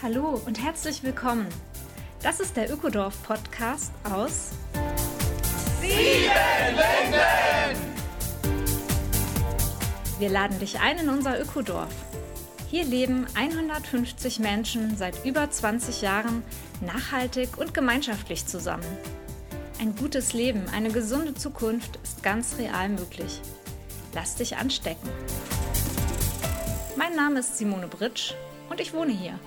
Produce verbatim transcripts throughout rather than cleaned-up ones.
Hallo und herzlich willkommen. Das ist der Ökodorf-Podcast aus Siebenlinden! Wir laden dich ein in unser Ökodorf. Hier leben hundertfünfzig Menschen seit über zwanzig Jahren nachhaltig und gemeinschaftlich zusammen. Ein gutes Leben, eine gesunde Zukunft ist ganz real möglich. Lass dich anstecken. Mein Name ist Simone Britsch und ich wohne hier.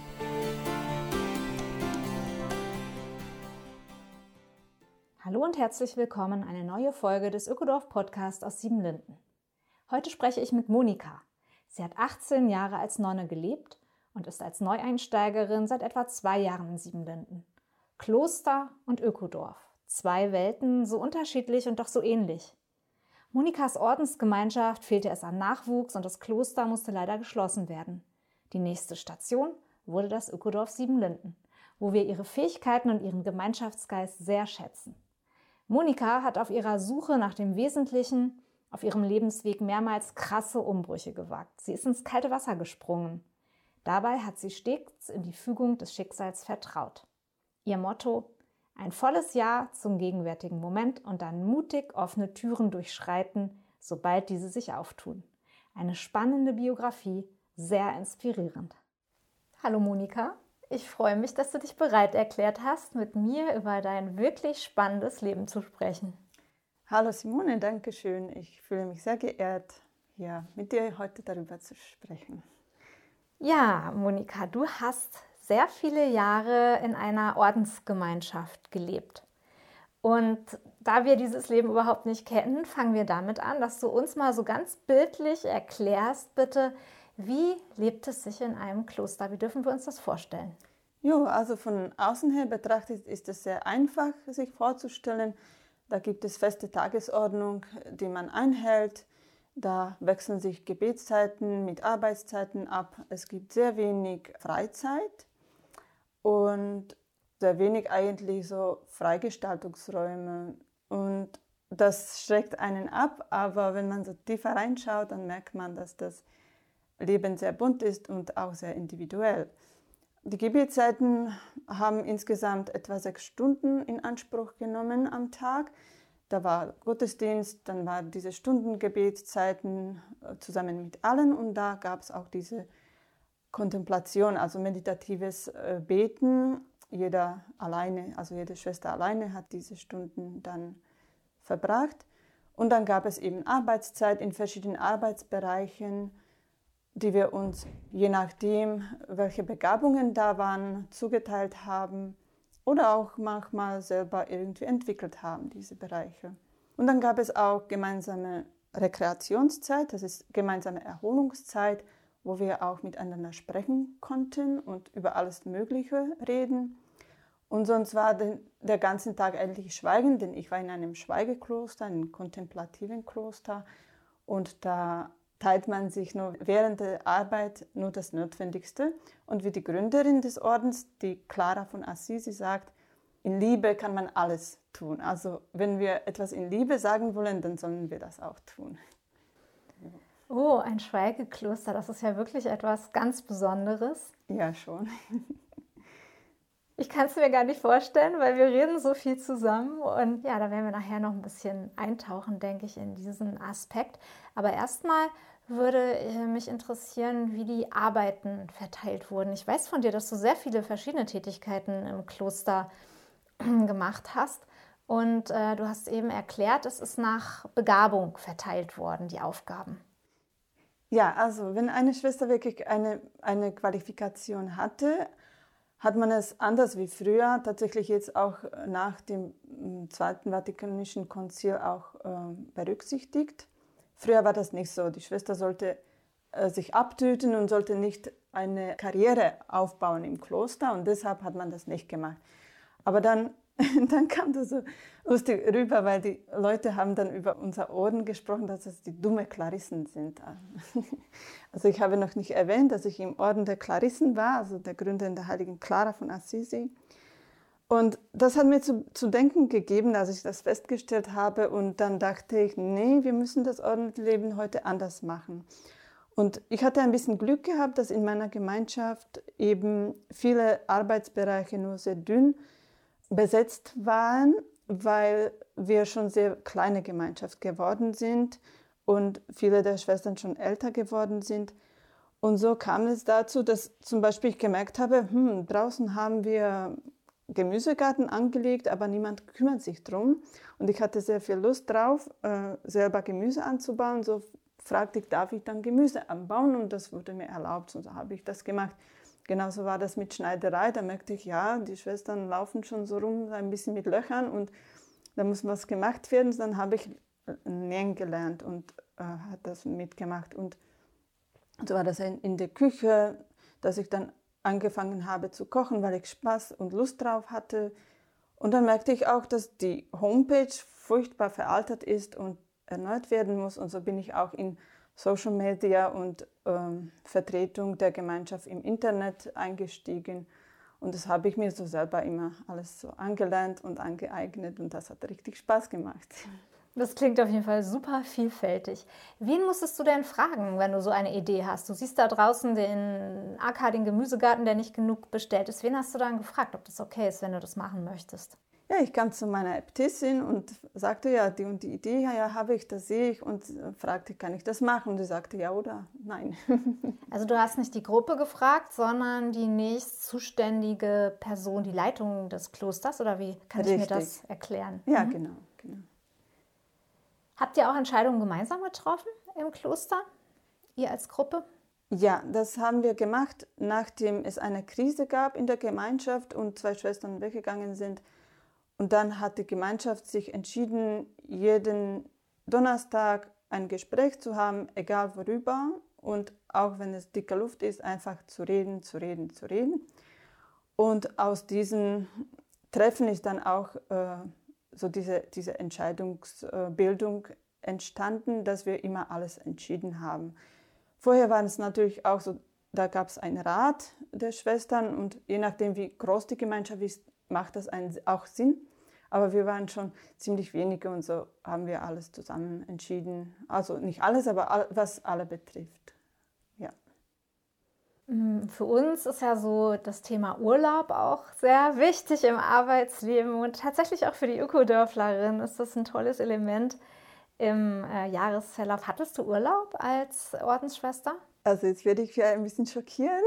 Hallo und herzlich willkommen, eine neue Folge des Ökodorf-Podcasts aus Siebenlinden. Heute spreche ich mit Monika. Sie hat achtzehn Jahre als Nonne gelebt und ist als Neueinsteigerin seit etwa zwei Jahren in Siebenlinden. Kloster und Ökodorf. Zwei Welten, so unterschiedlich und doch so ähnlich. Monikas Ordensgemeinschaft fehlte es an Nachwuchs und das Kloster musste leider geschlossen werden. Die nächste Station wurde das Ökodorf Siebenlinden, wo wir ihre Fähigkeiten und ihren Gemeinschaftsgeist sehr schätzen. Monika hat auf ihrer Suche nach dem Wesentlichen auf ihrem Lebensweg mehrmals krasse Umbrüche gewagt. Sie ist ins kalte Wasser gesprungen. Dabei hat sie stets in die Fügung des Schicksals vertraut. Ihr Motto: ein volles Ja zum gegenwärtigen Moment und dann mutig offene Türen durchschreiten, sobald diese sich auftun. Eine spannende Biografie, sehr inspirierend. Hallo Monika, ich freue mich, dass du dich bereit erklärt hast, mit mir über dein wirklich spannendes Leben zu sprechen. Hallo Simone, danke schön. Ich fühle mich sehr geehrt, hier mit dir heute darüber zu sprechen. Ja, Monika, du hast sehr viele Jahre in einer Ordensgemeinschaft gelebt. Und da wir dieses Leben überhaupt nicht kennen, fangen wir damit an, dass du uns mal so ganz bildlich erklärst, bitte, wie lebt es sich in einem Kloster? Wie dürfen wir uns das vorstellen? Jo, also von außen her betrachtet ist es sehr einfach, sich vorzustellen. Da gibt es feste Tagesordnung, die man einhält. Da wechseln sich Gebetszeiten mit Arbeitszeiten ab. Es gibt sehr wenig Freizeit und sehr wenig eigentlich so Freigestaltungsräume. Und das schreckt einen ab, aber wenn man so tiefer reinschaut, dann merkt man, dass das Leben sehr bunt ist und auch sehr individuell. Die Gebetszeiten haben insgesamt etwa sechs Stunden in Anspruch genommen am Tag. Da war Gottesdienst, dann waren diese Stundengebetszeiten zusammen mit allen und da gab es auch diese Kontemplation, also meditatives Beten. Jeder alleine, also jede Schwester alleine hat diese Stunden dann verbracht. Und dann gab es eben Arbeitszeit in verschiedenen Arbeitsbereichen, die wir uns, je nachdem, welche Begabungen da waren, zugeteilt haben oder auch manchmal selber irgendwie entwickelt haben, diese Bereiche. Und dann gab es auch gemeinsame Rekreationszeit, das ist gemeinsame Erholungszeit, wo wir auch miteinander sprechen konnten und über alles Mögliche reden. Und sonst war den, der ganze Tag eigentlich Schweigen, denn ich war in einem Schweigekloster, einem kontemplativen Kloster und da teilt man sich nur während der Arbeit nur das Notwendigste. Und wie die Gründerin des Ordens, die Clara von Assisi, sagt, in Liebe kann man alles tun. Also wenn wir etwas in Liebe sagen wollen, dann sollen wir das auch tun. Oh, ein Schweigekloster, das ist ja wirklich etwas ganz Besonderes. Ja, schon. Ich kann es mir gar nicht vorstellen, weil wir reden so viel zusammen und ja, da werden wir nachher noch ein bisschen eintauchen, denke ich, in diesen Aspekt. Aber erstmal würde mich interessieren, wie die Arbeiten verteilt wurden. Ich weiß von dir, dass du sehr viele verschiedene Tätigkeiten im Kloster gemacht hast und äh, du hast eben erklärt, es ist nach Begabung verteilt worden, die Aufgaben. Ja, also wenn eine Schwester wirklich eine, eine Qualifikation hatte, hat man es anders wie früher, tatsächlich jetzt auch nach dem Zweiten Vatikanischen Konzil auch äh, berücksichtigt. Früher war das nicht so. Die Schwester sollte äh, sich abtöten und sollte nicht eine Karriere aufbauen im Kloster und deshalb hat man das nicht gemacht. Aber dann, dann kam das so lustig rüber, weil die Leute haben dann über unser Orden gesprochen, dass es die dumme Klarissen sind. Also ich habe noch nicht erwähnt, dass ich im Orden der Klarissen war, also der Gründerin der heiligen Clara von Assisi. Und das hat mir zu, zu denken gegeben, als ich das festgestellt habe. Und dann dachte ich, nee, wir müssen das Ordensleben heute anders machen. Und ich hatte ein bisschen Glück gehabt, dass in meiner Gemeinschaft eben viele Arbeitsbereiche nur sehr dünn besetzt waren, weil wir schon sehr kleine Gemeinschaft geworden sind und viele der Schwestern schon älter geworden sind. Und so kam es dazu, dass zum Beispiel ich gemerkt habe, hm, draußen haben wir Gemüsegarten angelegt, aber niemand kümmert sich drum. Und ich hatte sehr viel Lust drauf, äh, selber Gemüse anzubauen. So fragte ich, darf ich dann Gemüse anbauen? Und das wurde mir erlaubt. Und so habe ich das gemacht. Genauso war das mit Schneiderei. Da merkte ich, ja, die Schwestern laufen schon so rum, ein bisschen mit Löchern. Und da muss was gemacht werden. Dann habe ich nähen gelernt und äh, hat das mitgemacht. Und so war das in der Küche, dass ich dann angefangen habe zu kochen, weil ich Spaß und Lust drauf hatte. Und dann merkte ich auch, dass die Homepage furchtbar veraltet ist und erneuert werden muss. Und so bin ich auch in Social Media und ähm, Vertretung der Gemeinschaft im Internet eingestiegen. Und das habe ich mir so selber immer alles so angelernt und angeeignet. Und das hat richtig Spaß gemacht. Das klingt auf jeden Fall super vielfältig. Wen musstest du denn fragen, wenn du so eine Idee hast? Du siehst da draußen den Acker, den Gemüsegarten, der nicht genug bestellt ist. Wen hast du dann gefragt, ob das okay ist, wenn du das machen möchtest? Ja, ich kam zu meiner Äbtissin und sagte, ja, die und die Idee, ja, ja, habe ich, das sehe ich. Und fragte, kann ich das machen? Und sie sagte, ja oder nein. Also du hast nicht die Gruppe gefragt, sondern die nächst zuständige Person, die Leitung des Klosters? Oder wie kann Richtig. ich mir das erklären? Ja, mhm. genau, genau. Habt ihr auch Entscheidungen gemeinsam getroffen im Kloster, ihr als Gruppe? Ja, das haben wir gemacht, nachdem es eine Krise gab in der Gemeinschaft und zwei Schwestern weggegangen sind. Und dann hat die Gemeinschaft sich entschieden, jeden Donnerstag ein Gespräch zu haben, egal worüber. Und auch wenn es dicke Luft ist, einfach zu reden, zu reden, zu reden. Und aus diesen Treffen ist dann auch äh, so diese, diese Entscheidungsbildung entstanden, dass wir immer alles entschieden haben. Vorher war es natürlich auch so, da gab es einen Rat der Schwestern und je nachdem, wie groß die Gemeinschaft ist, macht das einen auch Sinn. Aber wir waren schon ziemlich wenige und so haben wir alles zusammen entschieden. Also nicht alles, aber was alle betrifft. Ja. Für uns ist ja so das Thema Urlaub auch sehr wichtig im Arbeitsleben und tatsächlich auch für die Ökodörflerin ist das ein tolles Element im äh, Jahresverlauf. Hattest du Urlaub als Ordensschwester? Also jetzt werde ich ein bisschen schockieren.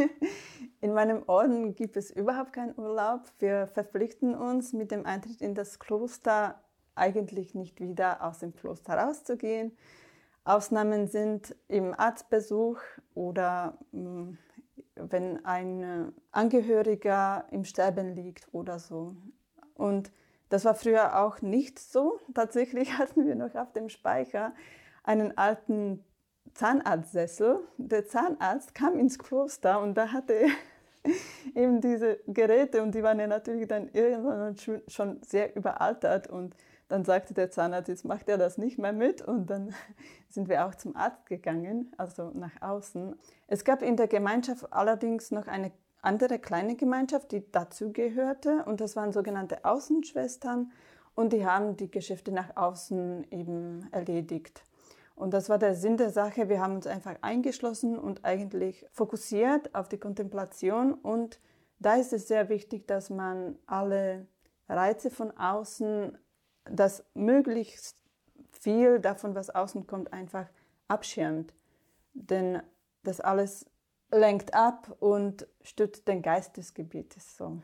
In meinem Orden gibt es überhaupt keinen Urlaub. Wir verpflichten uns mit dem Eintritt in das Kloster eigentlich nicht wieder aus dem Kloster rauszugehen. Ausnahmen sind im Arztbesuch oder mh, wenn ein Angehöriger im Sterben liegt oder so. Und das war früher auch nicht so. Tatsächlich hatten wir noch auf dem Speicher einen alten Zahnarztsessel. Der Zahnarzt kam ins Kloster und da hatte er eben diese Geräte und die waren ja natürlich dann irgendwann schon sehr überaltert und dann sagte der Zahnarzt, jetzt macht er das nicht mehr mit und dann sind wir auch zum Arzt gegangen, also nach außen. Es gab in der Gemeinschaft allerdings noch eine andere kleine Gemeinschaft, die dazu gehörte und das waren sogenannte Außenschwestern und die haben die Geschäfte nach außen eben erledigt. Und das war der Sinn der Sache. Wir haben uns einfach eingeschlossen und eigentlich fokussiert auf die Kontemplation. Und da ist es sehr wichtig, dass man alle Reize von außen, dass möglichst viel davon, was außen kommt, einfach abschirmt. Denn das alles lenkt ab und stützt den Geist des Gebietes. So.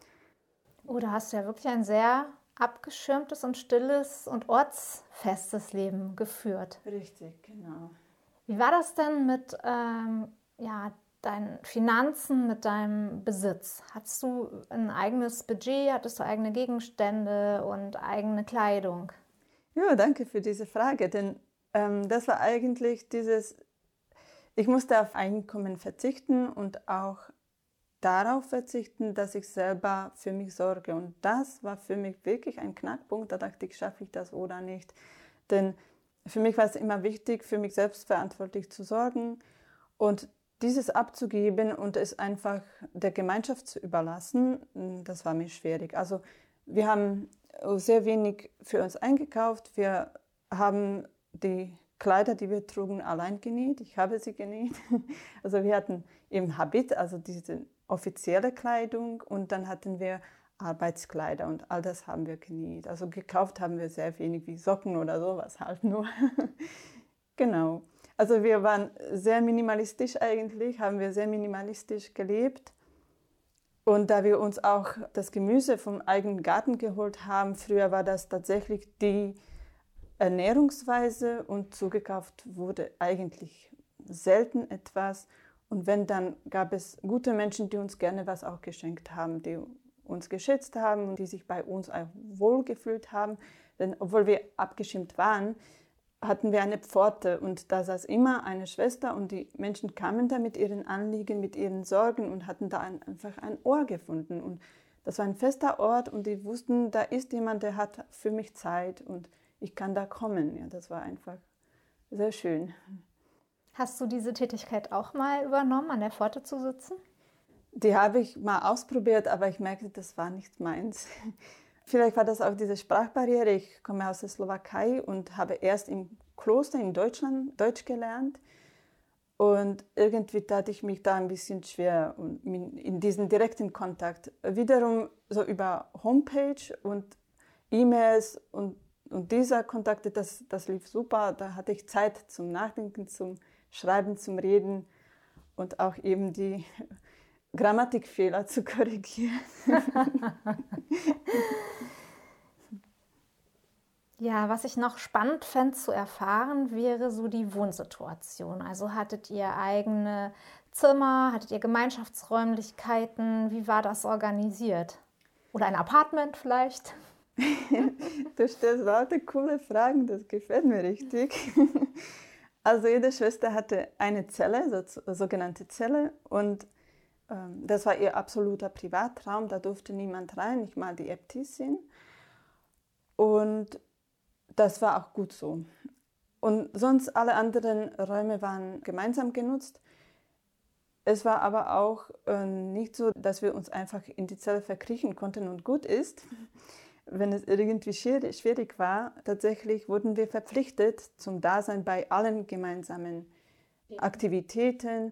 Oh, da hast du ja wirklich ein sehr abgeschirmtes und stilles und ortsfestes Leben geführt. Richtig, genau. Wie war das denn mit ähm, ja, deinen Finanzen, mit deinem Besitz? Hattest du ein eigenes Budget, hattest du eigene Gegenstände und eigene Kleidung? Ja, danke für diese Frage, denn ähm, das war eigentlich dieses, ich musste auf Einkommen verzichten und auch darauf verzichten, dass ich selber für mich sorge. Und das war für mich wirklich ein Knackpunkt. Da dachte ich, schaffe ich das oder nicht. Denn für mich war es immer wichtig, für mich selbst verantwortlich zu sorgen und dieses abzugeben und es einfach der Gemeinschaft zu überlassen, das war mir schwierig. Also wir haben sehr wenig für uns eingekauft. Wir haben die Kleider, die wir trugen, allein genäht. Ich habe sie genäht. Also wir hatten eben Habit, also diese offizielle Kleidung, und dann hatten wir Arbeitskleider und all das haben wir genäht. Also gekauft haben wir sehr wenig wie Socken oder sowas halt nur. Genau. Also wir waren sehr minimalistisch eigentlich, haben wir sehr minimalistisch gelebt. Und da wir uns auch das Gemüse vom eigenen Garten geholt haben, früher war das tatsächlich die Ernährungsweise und zugekauft wurde eigentlich selten etwas. Und wenn, dann gab es gute Menschen, die uns gerne was auch geschenkt haben, die uns geschätzt haben und die sich bei uns auch wohlgefühlt haben. Denn obwohl wir abgeschirmt waren, hatten wir eine Pforte und da saß immer eine Schwester und die Menschen kamen da mit ihren Anliegen, mit ihren Sorgen und hatten da ein, einfach ein Ohr gefunden. Und das war ein fester Ort und die wussten, da ist jemand, der hat für mich Zeit und ich kann da kommen. Ja, das war einfach sehr schön. Hast du diese Tätigkeit auch mal übernommen, an der Pforte zu sitzen? Die habe ich mal ausprobiert, aber ich merkte, das war nicht meins. Vielleicht war das auch diese Sprachbarriere. Ich komme aus der Slowakei und habe erst im Kloster in Deutschland Deutsch gelernt. Und irgendwie tat ich mich da ein bisschen schwer in diesen direkten Kontakt. Wiederum so über Homepage und E-Mails und, und dieser Kontakte, das, das lief super. Da hatte ich Zeit zum Nachdenken, zum Schreiben, zum Reden und auch eben die Grammatikfehler zu korrigieren. Ja, was ich noch spannend fände zu erfahren, wäre so die Wohnsituation. Also hattet ihr eigene Zimmer, hattet ihr Gemeinschaftsräumlichkeiten? Wie war das organisiert? Oder ein Apartment vielleicht? Du stellst lauter coole Fragen, das gefällt mir richtig. Also jede Schwester hatte eine Zelle, so, sogenannte Zelle, und ähm, das war ihr absoluter Privatraum, da durfte niemand rein, nicht mal die Äbtissin. Und das war auch gut so. Und sonst alle anderen Räume waren gemeinsam genutzt. Es war aber auch äh, nicht so, dass wir uns einfach in die Zelle verkriechen konnten und gut ist. Wenn es irgendwie schwierig war, tatsächlich wurden wir verpflichtet zum Dasein bei allen gemeinsamen Aktivitäten.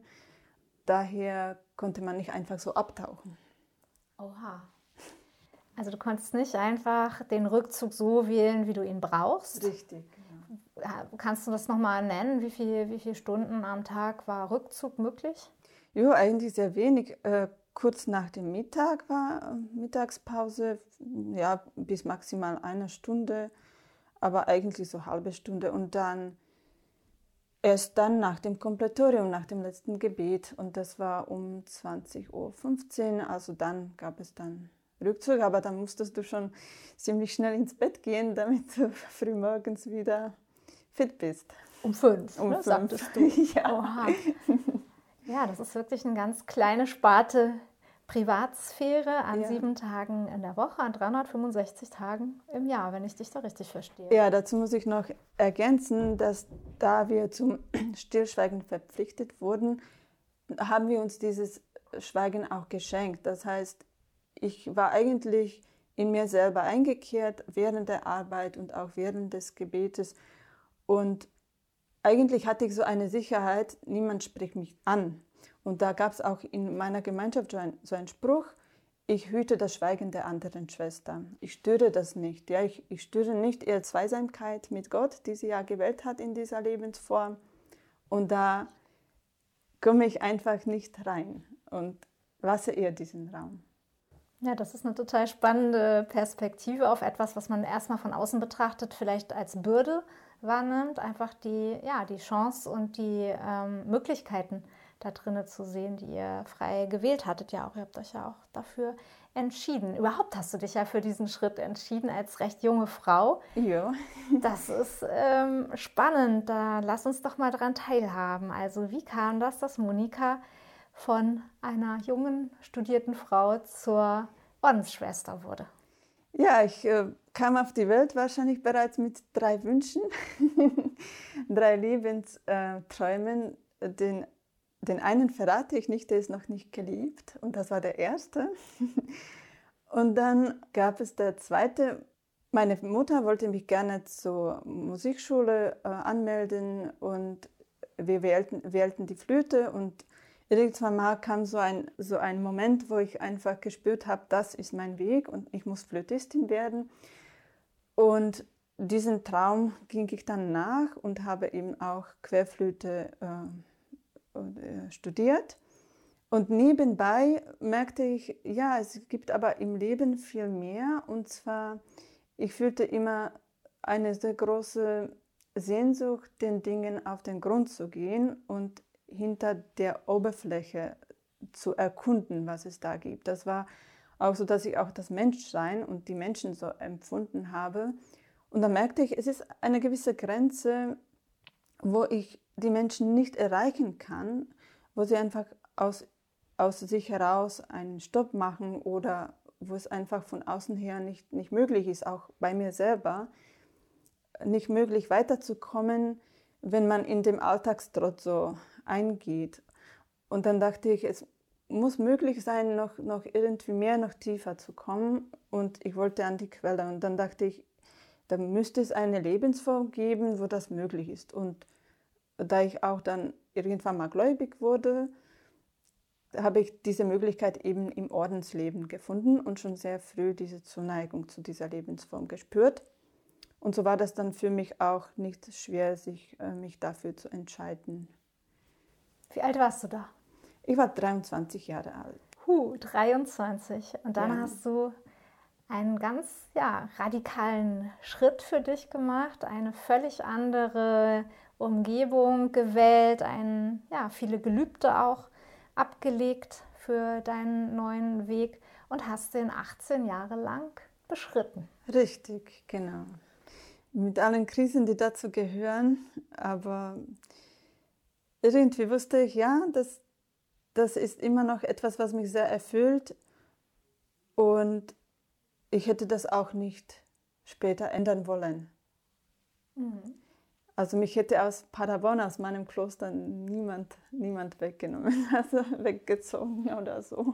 Daher konnte man nicht einfach so abtauchen. Oha. Also du konntest nicht einfach den Rückzug so wählen, wie du ihn brauchst. Richtig. Ja. Kannst du das nochmal nennen? Wie viel, wie viele Stunden am Tag war Rückzug möglich? Ja, eigentlich sehr wenig. Äh, kurz nach dem Mittag war äh, Mittagspause, ja, bis maximal eine Stunde, aber eigentlich so eine halbe Stunde. Und dann erst dann nach dem Kompletorium, nach dem letzten Gebet. Und das war um zwanzig Uhr fünfzehn, also dann gab es dann Rückzug, aber dann musstest du schon ziemlich schnell ins Bett gehen, damit du frühmorgens wieder fit bist. Um fünf, um ne, fünf. sagtest du. Ja. Oha. Ja, das ist wirklich eine ganz kleine Sparte Privatsphäre an ja. sieben Tagen in der Woche, an dreihundertfünfundsechzig Tagen im Jahr, wenn ich dich da richtig verstehe. Ja, dazu muss ich noch ergänzen, dass da wir zum Stillschweigen verpflichtet wurden, haben wir uns dieses Schweigen auch geschenkt. Das heißt, ich war eigentlich in mir selber eingekehrt während der Arbeit und auch während des Gebetes. Und eigentlich hatte ich so eine Sicherheit, niemand spricht mich an. Und da gab es auch in meiner Gemeinschaft so, ein, so einen Spruch, ich hüte das Schweigen der anderen Schwester. Ich störe das nicht. Ja? Ich, ich störe nicht ihre Zweisamkeit mit Gott, die sie ja gewählt hat in dieser Lebensform. Und da komme ich einfach nicht rein und lasse ihr diesen Raum. Ja, das ist eine total spannende Perspektive auf etwas, was man erstmal von außen betrachtet, vielleicht als Bürde wahrnimmt, einfach die, ja, die Chance und die ähm, Möglichkeiten da drinnen zu sehen, die ihr frei gewählt hattet. Ja, auch ihr habt euch ja auch dafür entschieden. Überhaupt hast du dich ja für diesen Schritt entschieden als recht junge Frau. Ja. Das ist ähm, spannend. Da lass uns doch mal dran teilhaben. Also wie kam das, dass Monika von einer jungen, studierten Frau zur Ordensschwester wurde? Ja, ich äh, kam auf die Welt wahrscheinlich bereits mit drei Wünschen, drei Lebensträumen. Den, den einen verrate ich nicht, der ist noch nicht geliebt und das war der erste. Und dann gab es der zweite Meine Mutter wollte mich gerne zur Musikschule äh, anmelden und wir wählten, wählten die Flöte und irgendwann mal kam so ein, so ein Moment, wo ich einfach gespürt habe, das ist mein Weg und ich muss Flötistin werden. Und diesen Traum ging ich dann nach und habe eben auch Querflöte äh, äh, studiert. Und nebenbei merkte ich, ja, es gibt aber im Leben viel mehr. Und zwar, ich fühlte immer eine sehr große Sehnsucht, den Dingen auf den Grund zu gehen und hinter der Oberfläche zu erkunden, was es da gibt. Das war auch so, dass ich auch das Menschsein und die Menschen so empfunden habe. Und dann merkte ich, es ist eine gewisse Grenze, wo ich die Menschen nicht erreichen kann, wo sie einfach aus, aus sich heraus einen Stopp machen oder wo es einfach von außen her nicht, nicht möglich ist, auch bei mir selber, nicht möglich weiterzukommen, wenn man in dem Alltagstrott so eingeht. Und dann dachte ich, es muss möglich sein, noch, noch irgendwie mehr, noch tiefer zu kommen. Und ich wollte an die Quelle. Und dann dachte ich, da müsste es eine Lebensform geben, wo das möglich ist. Und da ich auch dann irgendwann mal gläubig wurde, habe ich diese Möglichkeit eben im Ordensleben gefunden und schon sehr früh diese Zuneigung zu dieser Lebensform gespürt. Und so war das dann für mich auch nicht schwer, sich, äh, mich dafür zu entscheiden. Wie alt warst du da? Ich war dreiundzwanzig Jahre alt. Huh, dreiundzwanzig. Und dann Ja. hast du einen ganz ja, radikalen Schritt für dich gemacht, eine völlig andere Umgebung gewählt, ein, ja, viele Gelübde auch abgelegt für deinen neuen Weg und hast den achtzehn Jahre lang beschritten. Richtig, genau. Mit allen Krisen, die dazu gehören, aber irgendwie wusste ich, ja, das, das ist immer noch etwas, was mich sehr erfüllt und ich hätte das auch nicht später ändern wollen. Mhm. Also mich hätte aus Paderborn, aus meinem Kloster, niemand, niemand weggenommen, also weggezogen oder so.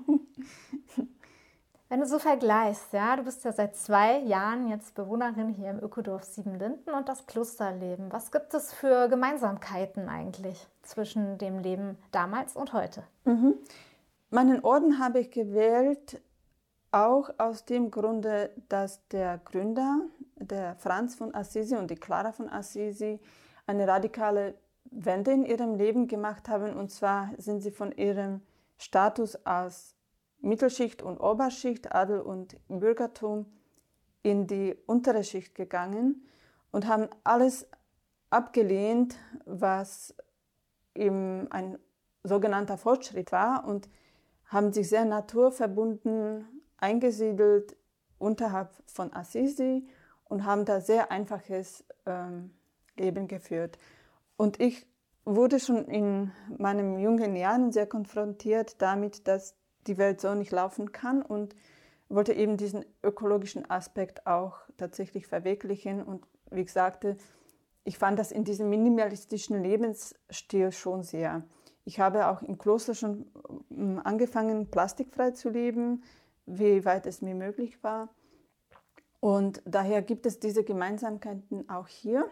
Wenn du so vergleichst, ja, du bist ja seit zwei Jahren jetzt Bewohnerin hier im Ökodorf Siebenlinden und das Klosterleben. Was gibt es für Gemeinsamkeiten eigentlich zwischen dem Leben damals und heute? Mhm. Meinen Orden habe ich gewählt, auch aus dem Grunde, dass der Gründer, der Franz von Assisi und die Clara von Assisi, eine radikale Wende in ihrem Leben gemacht haben. Und zwar sind sie von ihrem Status als Mittelschicht und Oberschicht, Adel und Bürgertum, in die untere Schicht gegangen und haben alles abgelehnt, was eben ein sogenannter Fortschritt war und haben sich sehr naturverbunden eingesiedelt unterhalb von Assisi und haben da sehr einfaches ähm, Leben geführt. Und ich wurde schon in meinen jungen Jahren sehr konfrontiert damit, dass die Welt so nicht laufen kann und wollte eben diesen ökologischen Aspekt auch tatsächlich verwirklichen. Und wie gesagt, ich fand das in diesem minimalistischen Lebensstil schon sehr. Ich habe auch im Kloster schon angefangen, plastikfrei zu leben, wie weit es mir möglich war. Und daher gibt es diese Gemeinsamkeiten auch hier.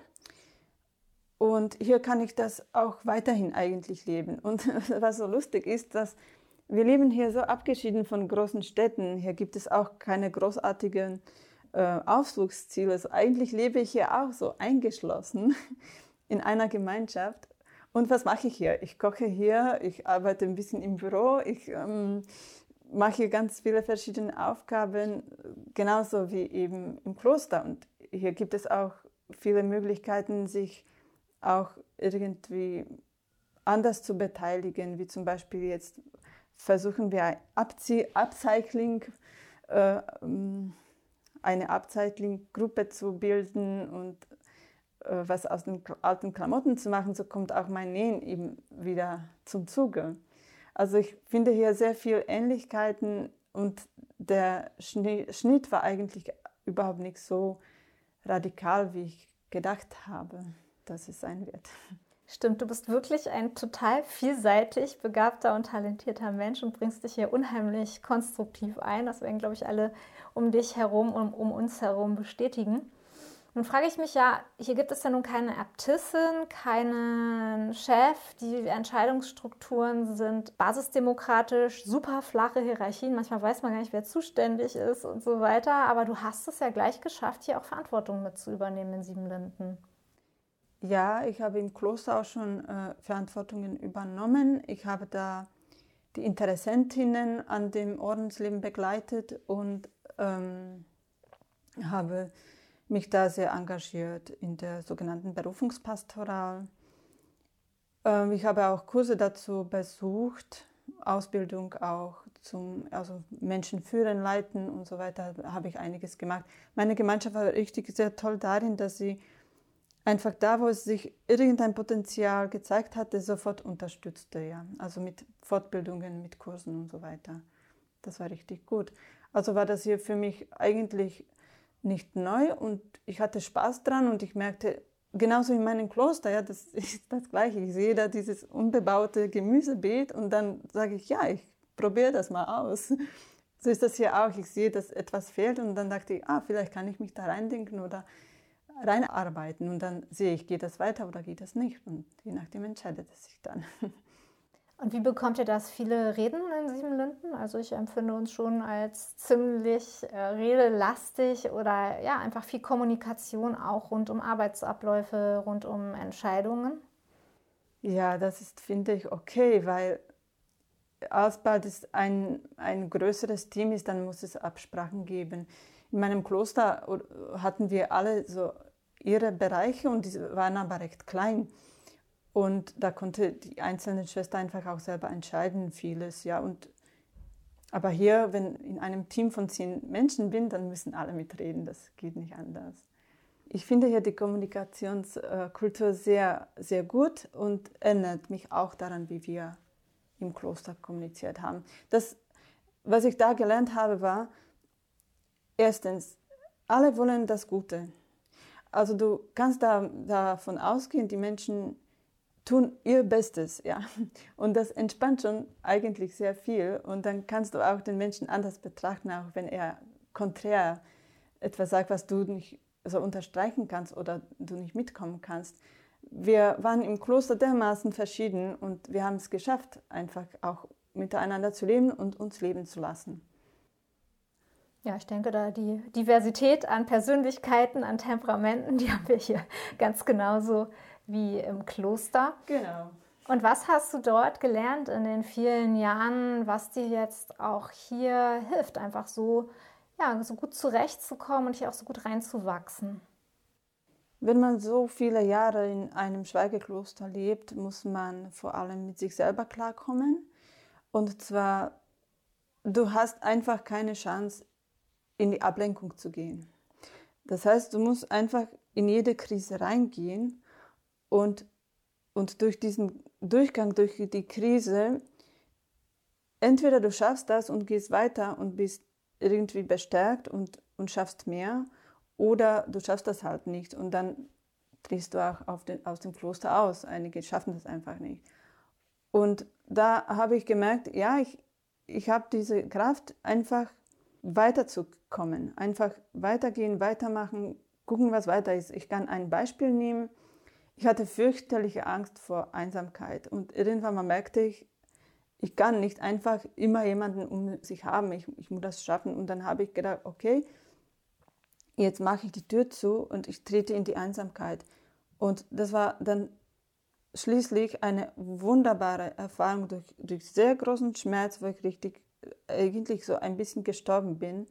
Und hier kann ich das auch weiterhin eigentlich leben. Und was so lustig ist, dass wir leben hier so abgeschieden von großen Städten. Hier gibt es auch keine großartigen äh, Ausflugsziele. Also eigentlich lebe ich hier auch so eingeschlossen in einer Gemeinschaft. Und was mache ich hier? Ich koche hier, ich arbeite ein bisschen im Büro, ich ähm, mache ganz viele verschiedene Aufgaben, genauso wie eben im Kloster. Und hier gibt es auch viele Möglichkeiten, sich auch irgendwie anders zu beteiligen, wie zum Beispiel jetzt versuchen wir Upcycling, äh, eine Upcycling-Gruppe zu bilden und äh, was aus den alten Klamotten zu machen, so kommt auch mein Nähen eben wieder zum Zuge. Also ich finde hier sehr viele Ähnlichkeiten und der Schnitt war eigentlich überhaupt nicht so radikal, wie ich gedacht habe, dass es sein wird. Stimmt, du bist wirklich ein total vielseitig begabter und talentierter Mensch und bringst dich hier unheimlich konstruktiv ein. Das werden, glaube ich, alle um dich herum und um uns herum bestätigen. Nun frage ich mich ja, hier gibt es ja nun keine Äbtissin, keinen Chef, die Entscheidungsstrukturen sind basisdemokratisch, super flache Hierarchien, manchmal weiß man gar nicht, wer zuständig ist und so weiter, aber du hast es ja gleich geschafft, hier auch Verantwortung mit zu übernehmen in Siebenlinden. Ja, ich habe im Kloster auch schon äh, Verantwortungen übernommen. Ich habe da die Interessentinnen an dem Ordensleben begleitet und ähm, habe mich da sehr engagiert in der sogenannten Berufungspastoral. Ähm, ich habe auch Kurse dazu besucht, Ausbildung auch zum also Menschen führen, leiten und so weiter, habe ich einiges gemacht. Meine Gemeinschaft war richtig sehr toll darin, dass sie einfach da, wo es sich irgendein Potenzial gezeigt hatte, sofort unterstützte. Ja. Also mit Fortbildungen, mit Kursen und so weiter. Das war richtig gut. Also war das hier für mich eigentlich nicht neu und ich hatte Spaß dran und ich merkte, genauso in meinem Kloster, ja, das ist das Gleiche. Ich sehe da dieses unbebaute Gemüsebeet und dann sage ich, ja, ich probiere das mal aus. So ist das hier auch. Ich sehe, dass etwas fehlt und dann dachte ich, ah, vielleicht kann ich mich da reindenken oder reinarbeiten und dann sehe ich, geht das weiter oder geht das nicht und je nachdem entscheidet es sich dann. Und wie bekommt ihr das? Viele reden in Siebenlinden? Also ich empfinde uns schon als ziemlich äh, redelastig oder ja, einfach viel Kommunikation auch rund um Arbeitsabläufe, rund um Entscheidungen. Ja, das ist, finde ich, okay, weil alsbald es ein, ein größeres Team ist, dann muss es Absprachen geben. In meinem Kloster hatten wir alle so ihre Bereiche und die waren aber recht klein. Und da konnte die einzelne Schwester einfach auch selber entscheiden, vieles. Ja. Und, aber hier, wenn ich in einem Team von zehn Menschen bin, dann müssen alle mitreden, das geht nicht anders. Ich finde hier die Kommunikationskultur sehr, sehr gut und erinnert mich auch daran, wie wir im Kloster kommuniziert haben. Das, was ich da gelernt habe, war, erstens, alle wollen das Gute. Also du kannst da, davon ausgehen, die Menschen tun ihr Bestes, ja. Und das entspannt schon eigentlich sehr viel. Und dann kannst du auch den Menschen anders betrachten, auch wenn er konträr etwas sagt, was du nicht so unterstreichen kannst oder du nicht mitkommen kannst. Wir waren im Kloster dermaßen verschieden und wir haben es geschafft, einfach auch miteinander zu leben und uns leben zu lassen. Ja, ich denke, da die Diversität an Persönlichkeiten, an Temperamenten, die haben wir hier ganz genauso wie im Kloster. Genau. Und was hast du dort gelernt in den vielen Jahren, was dir jetzt auch hier hilft, einfach so, ja, so gut zurechtzukommen und hier auch so gut reinzuwachsen? Wenn man so viele Jahre in einem Schweigekloster lebt, muss man vor allem mit sich selber klarkommen. Und zwar, du hast einfach keine Chance, in die Ablenkung zu gehen. Das heißt, du musst einfach in jede Krise reingehen und, und durch diesen Durchgang, durch die Krise, entweder du schaffst das und gehst weiter und bist irgendwie bestärkt und, und schaffst mehr, oder du schaffst das halt nicht und dann drehst du auch auf den, aus dem Kloster aus. Einige schaffen das einfach nicht. Und da habe ich gemerkt, ja, ich, ich habe diese Kraft, einfach weiterzukommen, einfach weitergehen, weitermachen, gucken, was weiter ist. Ich kann ein Beispiel nehmen. Ich hatte fürchterliche Angst vor Einsamkeit und irgendwann mal merkte ich, ich kann nicht einfach immer jemanden um sich haben, ich, ich muss das schaffen. Und dann habe ich gedacht, okay, jetzt mache ich die Tür zu und ich trete in die Einsamkeit. Und das war dann schließlich eine wunderbare Erfahrung durch, durch sehr großen Schmerz, wo ich richtig eigentlich so ein bisschen gestorben bin,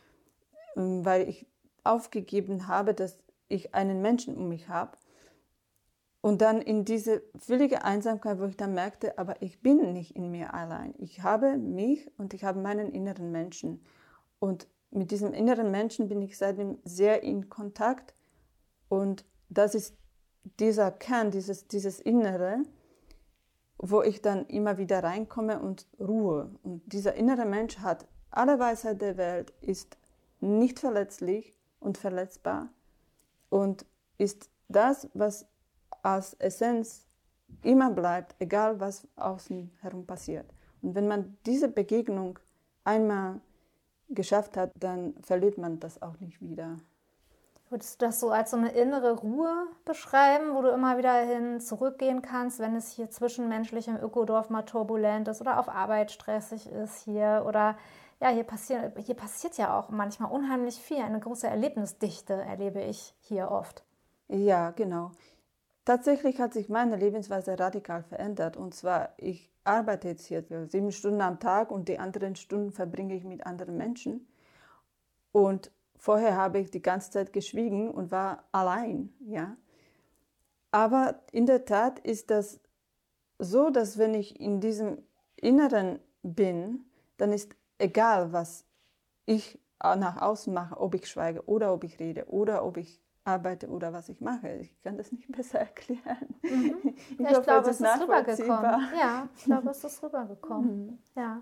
weil ich aufgegeben habe, dass ich einen Menschen um mich habe. Und dann in diese völlige Einsamkeit, wo ich dann merkte, aber ich bin nicht in mir allein. Ich habe mich und ich habe meinen inneren Menschen. Und mit diesem inneren Menschen bin ich seitdem sehr in Kontakt. Und das ist dieser Kern, dieses, dieses Innere, wo ich dann immer wieder reinkomme und ruhe. Und dieser innere Mensch hat alle Weisheit der Welt, ist nicht verletzlich und verletzbar und ist das, was als Essenz immer bleibt, egal was außen herum passiert. Und wenn man diese Begegnung einmal geschafft hat, dann verliert man das auch nicht wieder. Würdest du das so als so eine innere Ruhe beschreiben, wo du immer wieder hin zurückgehen kannst, wenn es hier zwischenmenschlich im Ökodorf mal turbulent ist oder auf Arbeit stressig ist hier oder ja, hier passiert, hier passiert ja auch manchmal unheimlich viel. Eine große Erlebnisdichte erlebe ich hier oft. Ja, genau. Tatsächlich hat sich meine Lebensweise radikal verändert. Und zwar, ich arbeite jetzt hier sieben Stunden am Tag und die anderen Stunden verbringe ich mit anderen Menschen. Und vorher habe ich die ganze Zeit geschwiegen und war allein. Ja. Aber in der Tat ist das so, dass wenn ich in diesem Inneren bin, dann ist egal, was ich nach außen mache, ob ich schweige oder ob ich rede oder ob ich arbeite oder was ich mache. Ich kann das nicht besser erklären. Mhm. Ich, ja, ich hoffe, glaube, es es ist rübergekommen. Ja, ich glaube, es ist rübergekommen. Mhm. Ja.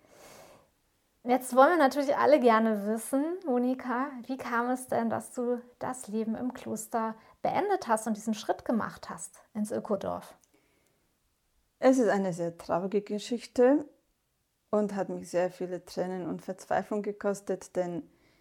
Jetzt wollen wir natürlich alle gerne wissen, Monika, wie kam es denn, dass du das Leben im Kloster beendet hast und diesen Schritt gemacht hast ins Ökodorf? Es ist eine sehr traurige Geschichte und hat mich sehr viele Tränen und Verzweiflung gekostet, denn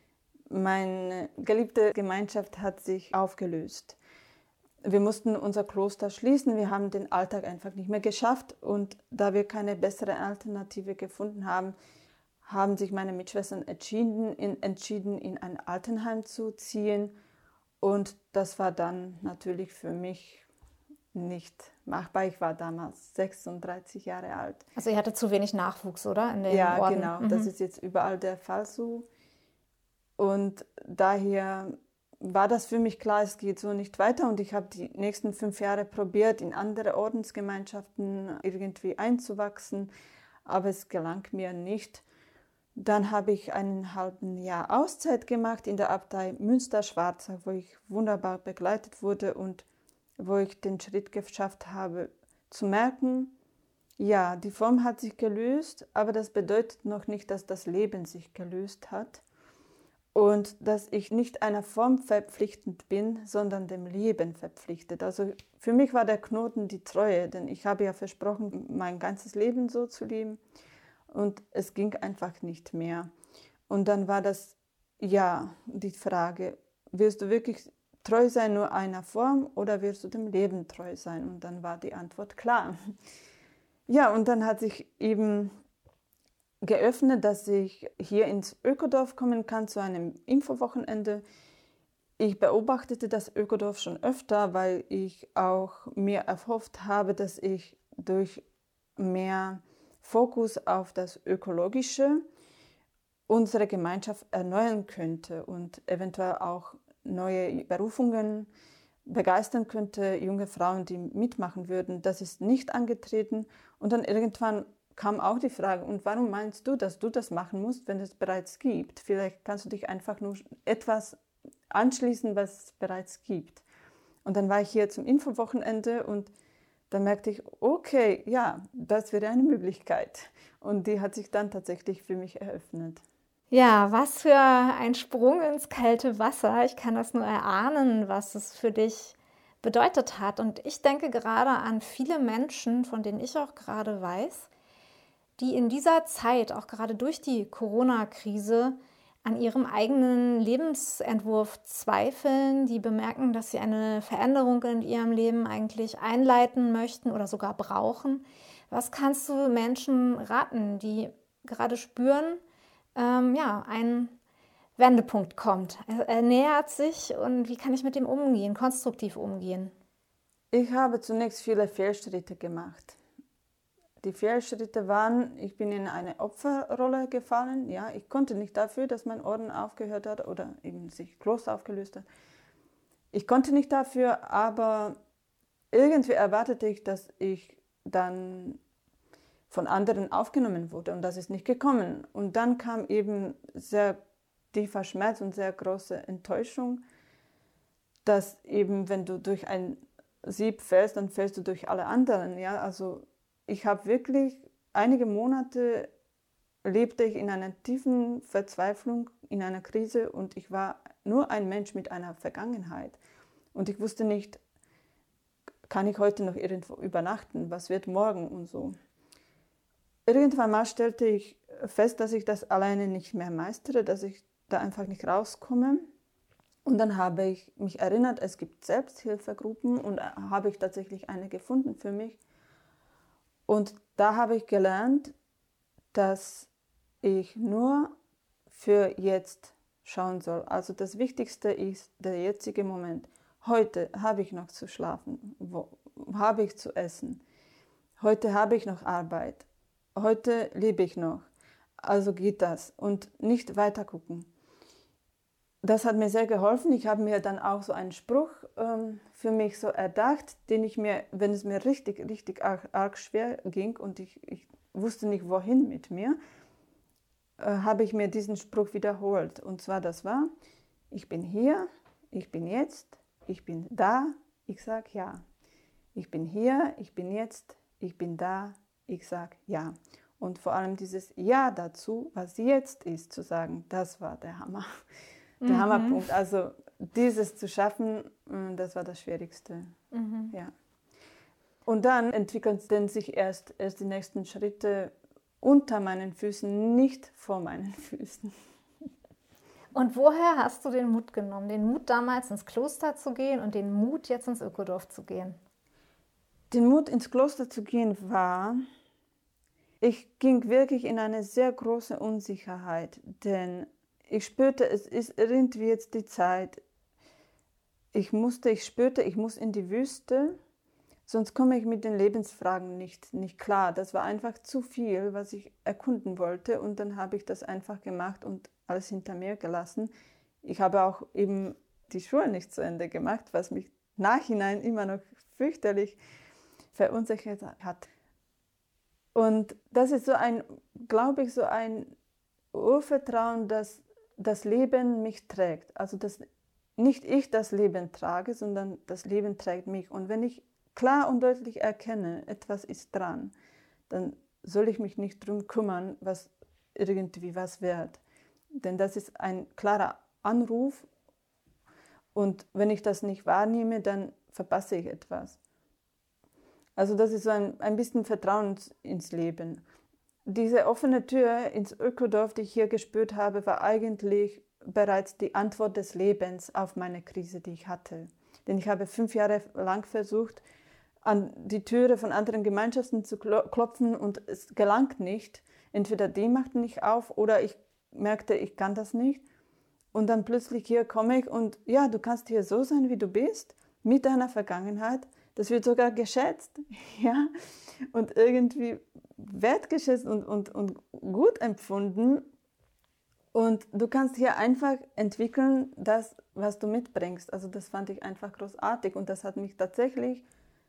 meine geliebte Gemeinschaft hat sich aufgelöst. Wir mussten unser Kloster schließen, wir haben den Alltag einfach nicht mehr geschafft und da wir keine bessere Alternative gefunden haben, haben sich meine Mitschwestern entschieden, in, entschieden, in ein Altenheim zu ziehen und das war dann natürlich für mich nicht machbar. Ich war damals sechsunddreißig Jahre alt. Also ihr hattet zu wenig Nachwuchs, oder? In den ja, Orden. genau. Mhm. Das ist jetzt überall der Fall so. Und daher war das für mich klar, es geht so nicht weiter. Und ich habe die nächsten fünf Jahre probiert, in andere Ordensgemeinschaften irgendwie einzuwachsen. Aber es gelang mir nicht. Dann habe ich einen halben Jahr Auszeit gemacht in der Abtei Münster-Schwarzach, wo ich wunderbar begleitet wurde und wo ich den Schritt geschafft habe, zu merken, ja, die Form hat sich gelöst, aber das bedeutet noch nicht, dass das Leben sich gelöst hat und dass ich nicht einer Form verpflichtend bin, sondern dem Leben verpflichtet. Also für mich war der Knoten die Treue, denn ich habe ja versprochen, mein ganzes Leben so zu leben und es ging einfach nicht mehr. Und dann war das, ja, die Frage, wirst du wirklich treu sein nur einer Form oder wirst du dem Leben treu sein? Und dann war die Antwort klar. Ja, und dann hat sich eben geöffnet, dass ich hier ins Ökodorf kommen kann zu einem Infowochenende. Ich beobachtete das Ökodorf schon öfter, weil ich auch mir erhofft habe, dass ich durch mehr Fokus auf das Ökologische unsere Gemeinschaft erneuern könnte und eventuell auch neue Berufungen begeistern könnte, junge Frauen, die mitmachen würden. Das ist nicht angetreten. Und dann irgendwann kam auch die Frage, und warum meinst du, dass du das machen musst, wenn es bereits gibt? Vielleicht kannst du dich einfach nur etwas anschließen, was es bereits gibt. Und dann war ich hier zum Infowochenende und dann merkte ich, okay, ja, das wäre eine Möglichkeit. Und die hat sich dann tatsächlich für mich eröffnet. Ja, was für ein Sprung ins kalte Wasser. Ich kann das nur erahnen, was es für dich bedeutet hat. Und ich denke gerade an viele Menschen, von denen ich auch gerade weiß, die in dieser Zeit, auch gerade durch die Corona-Krise, an ihrem eigenen Lebensentwurf zweifeln, die bemerken, dass sie eine Veränderung in ihrem Leben eigentlich einleiten möchten oder sogar brauchen. Was kannst du Menschen raten, die gerade spüren, ähm, ja, ein Wendepunkt kommt? Er, er nähert sich und wie kann ich mit dem umgehen, konstruktiv umgehen? Ich habe zunächst viele Fehlschritte gemacht. Die Fehlschritte waren, ich bin in eine Opferrolle gefallen. Ja, ich konnte nicht dafür, dass mein Orden aufgehört hat oder eben sich Kloster aufgelöst hat. Ich konnte nicht dafür, aber irgendwie erwartete ich, dass ich dann von anderen aufgenommen wurde und das ist nicht gekommen. Und dann kam eben sehr tiefer Schmerz und sehr große Enttäuschung, dass eben, wenn du durch ein Sieb fällst, dann fällst du durch alle anderen. Ja, also ich habe wirklich einige Monate lebte ich in einer tiefen Verzweiflung, in einer Krise und ich war nur ein Mensch mit einer Vergangenheit. Und ich wusste nicht, kann ich heute noch irgendwo übernachten? Was wird morgen und so? Irgendwann mal stellte ich fest, dass ich das alleine nicht mehr meistere, dass ich da einfach nicht rauskomme. Und dann habe ich mich erinnert, es gibt Selbsthilfegruppen und habe ich tatsächlich eine gefunden für mich. Und da habe ich gelernt, dass ich nur für jetzt schauen soll. Also das Wichtigste ist der jetzige Moment. Heute habe ich noch zu schlafen, wo habe ich zu essen. Heute habe ich noch Arbeit. Heute lebe ich noch. Also geht das. Und nicht weiter gucken. Das hat mir sehr geholfen. Ich habe mir dann auch so einen Spruch ähm, für mich so erdacht, den ich mir, wenn es mir richtig, richtig arg, arg schwer ging und ich, ich wusste nicht, wohin mit mir, äh, habe ich mir diesen Spruch wiederholt. Und zwar das war, ich bin hier, ich bin jetzt, ich bin da, ich sage ja. Ich bin hier, ich bin jetzt, ich bin da, ich sage ja. Und vor allem dieses Ja dazu, was jetzt ist, zu sagen, das war der Hammer. Der mhm. Hammerpunkt. Also dieses zu schaffen, das war das Schwierigste. Mhm. Ja. Und dann entwickelten sich erst, erst die nächsten Schritte unter meinen Füßen, nicht vor meinen Füßen. Und woher hast du den Mut genommen? Den Mut damals ins Kloster zu gehen und den Mut jetzt ins Ökodorf zu gehen? Den Mut ins Kloster zu gehen war, ich ging wirklich in eine sehr große Unsicherheit, denn ich spürte, es ist irgendwie jetzt die Zeit. Ich musste, ich spürte, ich muss in die Wüste, sonst komme ich mit den Lebensfragen nicht, nicht klar. Das war einfach zu viel, was ich erkunden wollte und dann habe ich das einfach gemacht und alles hinter mir gelassen. Ich habe auch eben die Schule nicht zu Ende gemacht, was mich nachhinein immer noch fürchterlich verunsichert hat. Und das ist so ein, glaube ich, so ein Urvertrauen, dass das Leben mich trägt. Also dass nicht ich das Leben trage, sondern das Leben trägt mich. Und wenn ich klar und deutlich erkenne, etwas ist dran, dann soll ich mich nicht darum kümmern, was irgendwie was wird. Denn das ist ein klarer Anruf und wenn ich das nicht wahrnehme, dann verpasse ich etwas. Also das ist so ein, ein bisschen Vertrauen ins Leben. Diese offene Tür ins Ökodorf, die ich hier gespürt habe, war eigentlich bereits die Antwort des Lebens auf meine Krise, die ich hatte. Denn ich habe fünf Jahre lang versucht, an die Türe von anderen Gemeinschaften zu klopfen und es gelang nicht. Entweder die machten nicht auf oder ich merkte, ich kann das nicht. Und dann plötzlich hier komme ich und ja, du kannst hier so sein, wie du bist, mit deiner Vergangenheit. Das wird sogar geschätzt, ja, und irgendwie wertgeschätzt und, und, und gut empfunden. Und du kannst hier einfach entwickeln, das, was du mitbringst. Also das fand ich einfach großartig und das hat mich tatsächlich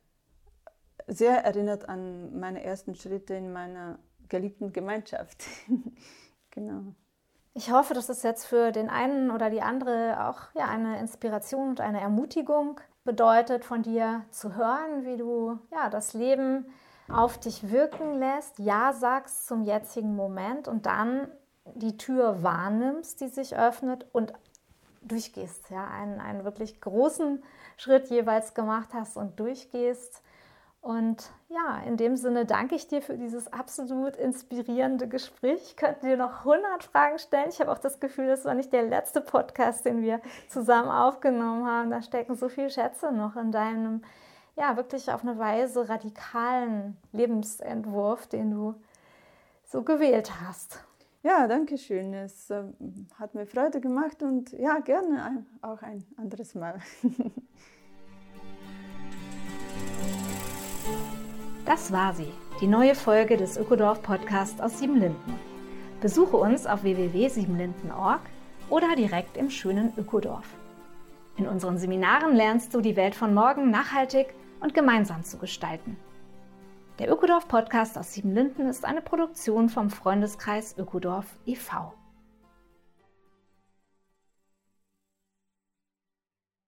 sehr erinnert an meine ersten Schritte in meiner geliebten Gemeinschaft. Genau. Ich hoffe, dass es jetzt für den einen oder die andere auch ja, eine Inspiration und eine Ermutigung bedeutet, von dir zu hören, wie du ja, das Leben auf dich wirken lässt, Ja sagst zum jetzigen Moment und dann die Tür wahrnimmst, die sich öffnet und durchgehst. Ja, einen, einen wirklich großen Schritt jeweils gemacht hast und durchgehst. Und ja, in dem Sinne danke ich dir für dieses absolut inspirierende Gespräch. Ich könnte dir noch hundert Fragen stellen. Ich habe auch das Gefühl, das war nicht der letzte Podcast, den wir zusammen aufgenommen haben. Da stecken so viele Schätze noch in deinem, ja, wirklich auf eine Weise radikalen Lebensentwurf, den du so gewählt hast. Ja, danke schön. Es äh, hat mir Freude gemacht und ja, gerne ein, auch ein anderes Mal. Das war sie, die neue Folge des Ökodorf-Podcasts aus Siebenlinden. Besuche uns auf w w w punkt siebenlinden punkt org oder direkt im schönen Ökodorf. In unseren Seminaren lernst du, die Welt von morgen nachhaltig und gemeinsam zu gestalten. Der Ökodorf-Podcast aus Siebenlinden ist eine Produktion vom Freundeskreis Ökodorf e V